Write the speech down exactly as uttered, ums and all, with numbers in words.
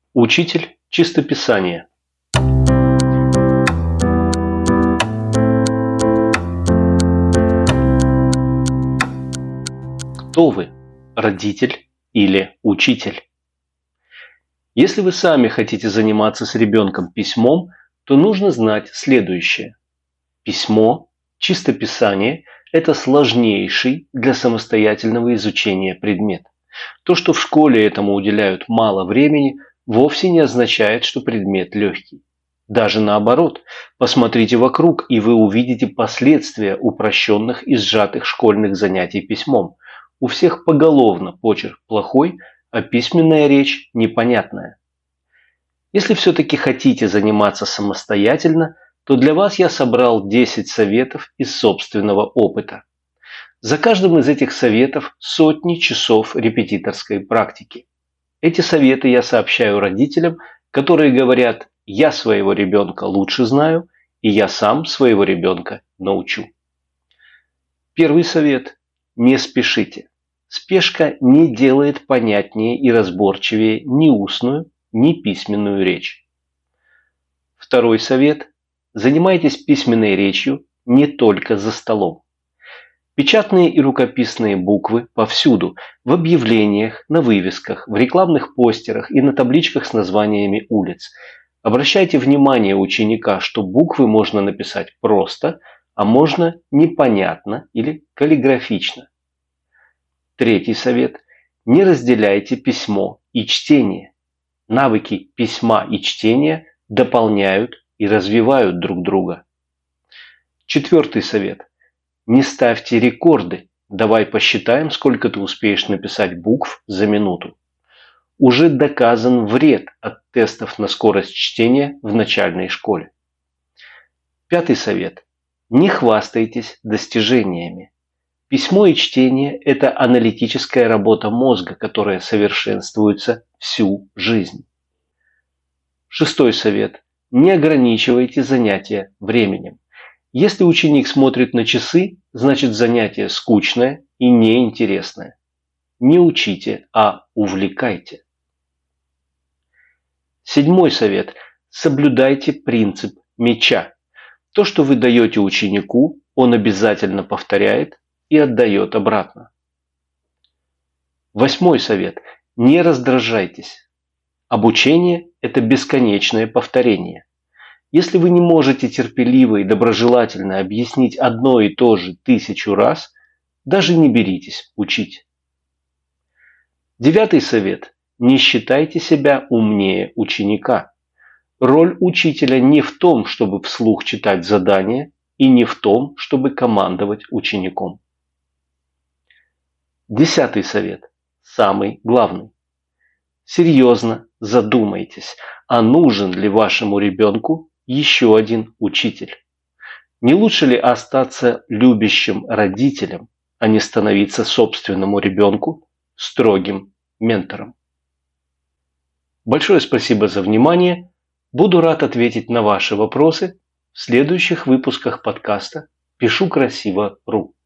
Учитель чистописания. Кто вы? Родитель или учитель? Если вы сами хотите заниматься с ребенком письмом, то нужно знать следующее. Письмо, чистописание – это сложнейший для самостоятельного изучения предмет. То, что в школе этому уделяют мало времени, вовсе не означает, что предмет легкий. Даже наоборот, посмотрите вокруг, и вы увидите последствия упрощенных и сжатых школьных занятий письмом. У всех поголовно почерк плохой, а письменная речь непонятная. Если все-таки хотите заниматься самостоятельно, то для вас я собрал десять советов из собственного опыта. За каждым из этих советов сотни часов репетиторской практики. Эти советы я сообщаю родителям, которые говорят: «Я своего ребенка лучше знаю, и я сам своего ребенка научу». Первый совет – не спешите. Спешка не делает понятнее и разборчивее ни устную, ни письменную речь. Второй совет – занимайтесь письменной речью не только за столом. Печатные и рукописные буквы повсюду, в объявлениях, на вывесках, в рекламных постерах и на табличках с названиями улиц. Обращайте внимание ученика, что буквы можно написать просто, а можно непонятно или каллиграфично. Третий совет – не разделяйте письмо и чтение. Навыки письма и чтения дополняют и развивают друг друга. Четвертый совет – не ставьте рекорды. Давай посчитаем, сколько ты успеешь написать букв за минуту. Уже доказан вред от тестов на скорость чтения в начальной школе. Пятый совет. Не хвастайтесь достижениями. Письмо и чтение – это аналитическая работа мозга, которая совершенствуется всю жизнь. Шестой совет. Не ограничивайте занятия временем. Если ученик смотрит на часы, значит занятие скучное и неинтересное. Не учите, а увлекайте. Седьмой совет. Соблюдайте принцип мяча. То, что вы даете ученику, он обязательно повторяет и отдает обратно. Восьмой совет. Не раздражайтесь. Обучение – это бесконечное повторение. Если вы не можете терпеливо и доброжелательно объяснить одно и то же тысячу раз, даже не беритесь учить. Девятый совет. Не считайте себя умнее ученика. Роль учителя не в том, чтобы вслух читать задания, и не в том, чтобы командовать учеником. Десятый совет. Самый главный. Серьезно задумайтесь, а нужен ли вашему ребенку еще один учитель? Не лучше ли остаться любящим родителем, а не становиться собственному ребенку строгим ментором? Большое спасибо за внимание. Буду рад ответить на ваши вопросы в следующих выпусках подкаста «Пишу красиво точка ру».